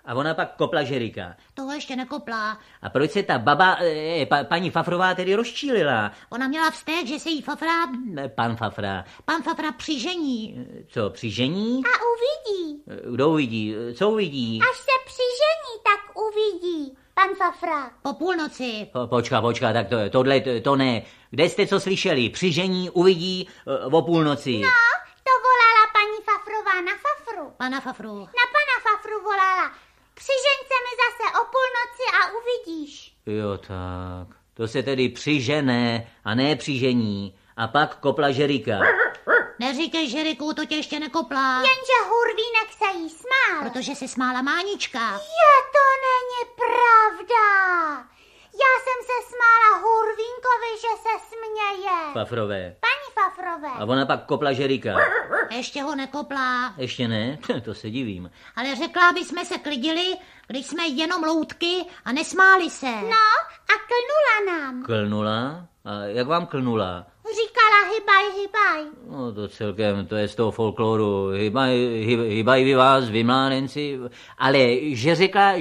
A ona pak kopla Žerika. Toho ještě nekopla. A proč se ta baba, paní Fafrová tedy rozčílila? Ona měla vztek, že se jí Fafra... Pan Fafra. Pan Fafra přižení. Co, přižení? A uvidí. Kdo uvidí? Co uvidí? Až se přižení, tak uvidí. Pan Fafra. Po půlnoci. Počka, tak tohle to ne. Kde jste co slyšeli? Přižení uvidí o půlnoci. No, to volala paní Fafrová na Fafru. Pana Fafru. Na pana Fafru volala. Přižeň se mi zase o půlnoci a uvidíš. Jo, tak. To se tedy přižene a ne přižení. A pak kopla Žerika. Neříkej Žeriku, to tě ještě nekopla. Jenže Hurvínek se jí smál. Protože se smála Mánička. Je, to není pravda. Já jsem se smála Hurvínkovi, že se směje. Fafrové. Paní Fafrové. A ona pak kopla Žerika. Ještě ho nekopla. Ještě ne? To se divím. Ale řekla, aby jsme se klidili, když jsme jenom loutky a nesmáli se. No, a klnula nám. Klnula? A jak vám klnula? Říkala hybaj. No to celkem, to je z toho folkloru. Hybaj vy vás, vy mládenci. Ale že řekla,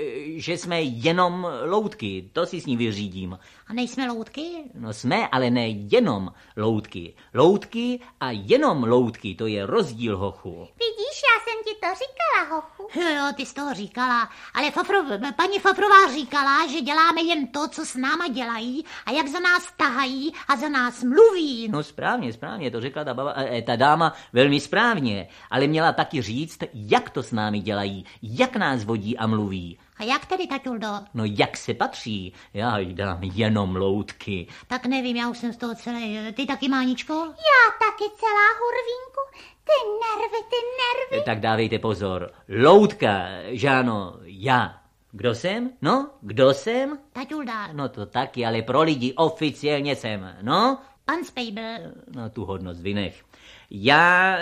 že jsme jenom loutky, to si s ní vyřídím. A nejsme loutky? No jsme, ale ne jenom loutky. Loutky a jenom loutky, to je rozdíl, hochu. Vidíš, já jsem ti to říkala, hochu. Jo, ty jsi toho říkala. Ale paní Fafrová říkala, že děláme jen to, co s náma dělají a jak za nás tahají a za nás mluví. No správně, to řekla ta dáma velmi správně. Ale měla taky říct, jak to s námi dělají, jak nás vodí a mluví. A jak tedy, taťuldo? No jak se patří? Já jí dám jenom loutky. Tak nevím, já už jsem z toho celé. Ty taky, Máničko? Já taky celá, Hurvínku. Ty nervy. Tak dávejte pozor. Loutka, Žáno, já. Kdo jsem? No, kdo jsem? Taťulda. No to taky, ale pro lidi oficiálně jsem. No? Pan Spejbl. No tu hodnost vynech. Já,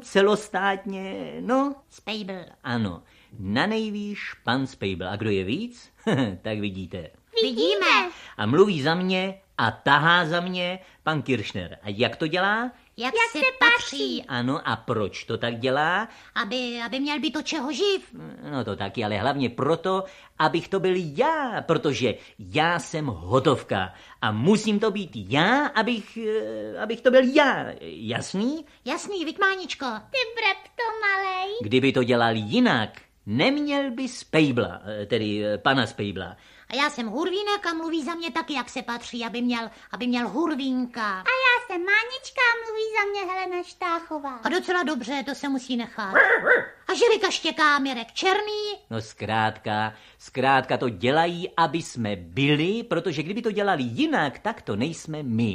celostátně, Spejbl. Ano, na nejvýš pan Spejbl. A kdo je víc? Tak vidíte. Vidíme. A mluví za mě a tahá za mě pan Kirchner. A jak to dělá? Jak se patří. Ano, a proč to tak dělá? Aby měl být to čeho živ. No to taky, ale hlavně proto, abych to byl já, protože já jsem hotovka a musím to být já, abych to byl já. Jasný? Jasný, viď, Máničko? Ty brepto malej. Kdyby to dělal jinak, neměl by Spejbla, tedy pana Spejbla. A já jsem Hurvínek a mluví za mě taky, jak se patří, aby měl Hurvínka. A já jsem Mánička a mluví za mě Helena Štáchová. A docela dobře, to se musí nechat. A Žerika štěká Mirek Černý. No zkrátka to dělají, aby jsme byli, protože kdyby to dělali jinak, tak to nejsme my.